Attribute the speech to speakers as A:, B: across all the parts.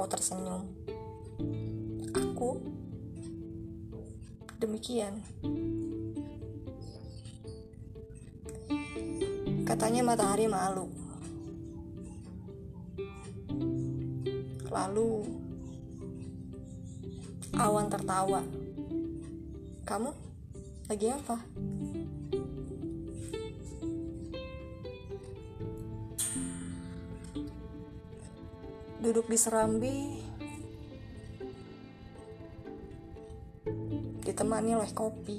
A: kau tersenyum. Aku demikian. Katanya matahari malu. Lalu awan tertawa. Kamu lagi apa? Duduk di serambi, ditemani oleh kopi.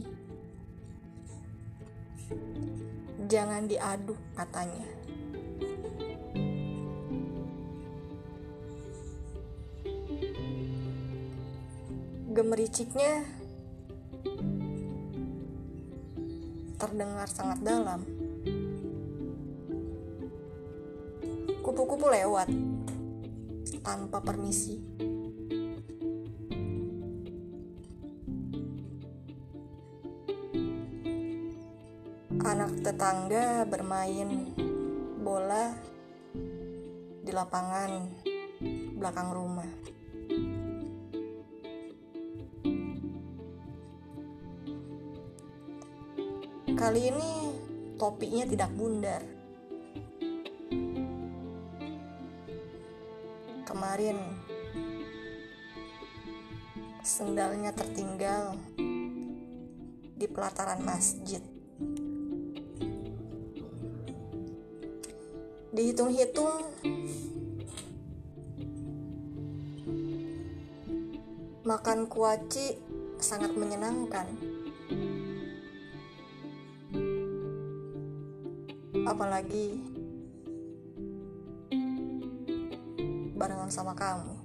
A: Jangan diaduk, katanya. Gemericiknya terdengar sangat dalam. Kupu-kupu lewat tanpa permisi. Anak tetangga bermain bola di lapangan belakang rumah. Kali ini topinya tidak bundar. Kemarin sendalnya tertinggal di pelataran masjid. Dihitung-hitung makan kuaci sangat menyenangkan. Apalagi barengan sama kamu.